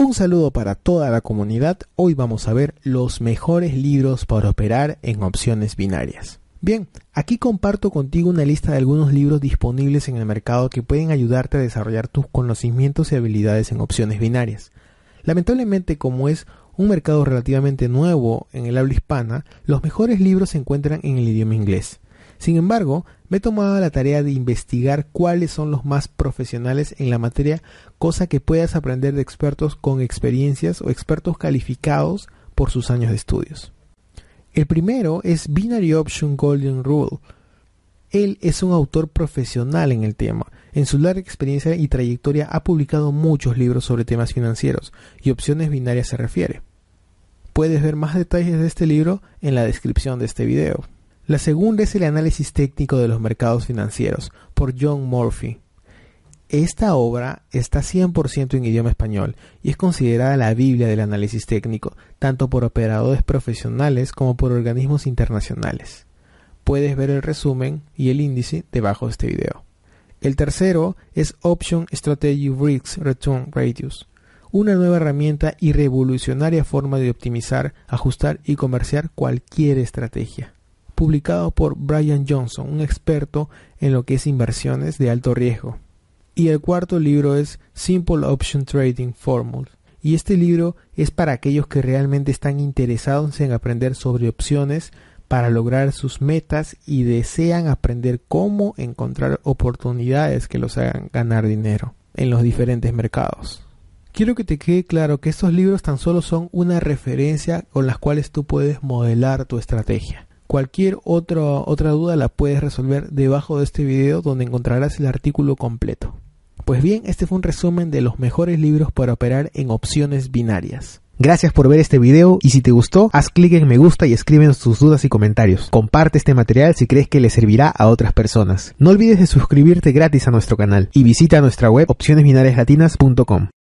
Un saludo para toda la comunidad. Hoy vamos a ver los mejores libros para operar en opciones binarias. Bien, aquí comparto contigo una lista de algunos libros disponibles en el mercado que pueden ayudarte a desarrollar tus conocimientos y habilidades en opciones binarias. Lamentablemente, como es un mercado relativamente nuevo en el habla hispana, los mejores libros se encuentran en el idioma inglés. Sin embargo, me he tomado la tarea de investigar cuáles son los más profesionales en la materia, cosa que puedas aprender de expertos con experiencias o expertos calificados por sus años de estudios. El primero es Binary Option Golden Rule. Él es un autor profesional en el tema. En su larga experiencia y trayectoria ha publicado muchos libros sobre temas financieros y opciones binarias se refiere. Puedes ver más detalles de este libro en la descripción de este video. La segunda es el análisis técnico de los mercados financieros, por John Murphy. Esta obra está 100% en idioma español y es considerada la Biblia del análisis técnico, tanto por operadores profesionales como por organismos internacionales. Puedes ver el resumen y el índice debajo de este video. El tercero es Option Strategy Risk Return Radius, una nueva herramienta y revolucionaria forma de optimizar, ajustar y comerciar cualquier estrategia. Publicado por Brian Johnson, un experto en lo que es inversiones de alto riesgo. Y el cuarto libro es Simple Option Trading Formula. Y este libro es para aquellos que realmente están interesados en aprender sobre opciones para lograr sus metas y desean aprender cómo encontrar oportunidades que los hagan ganar dinero en los diferentes mercados. Quiero que te quede claro que estos libros tan solo son una referencia con las cuales tú puedes modelar tu estrategia. Cualquier otra duda la puedes resolver debajo de este video, donde encontrarás el artículo completo. Pues bien, este fue un resumen de los mejores libros para operar en opciones binarias. Gracias por ver este video y si te gustó, haz clic en me gusta y escríbenos tus dudas y comentarios. Comparte este material si crees que le servirá a otras personas. No olvides de suscribirte gratis a nuestro canal y visita nuestra web opcionesbinariaslatinas.com.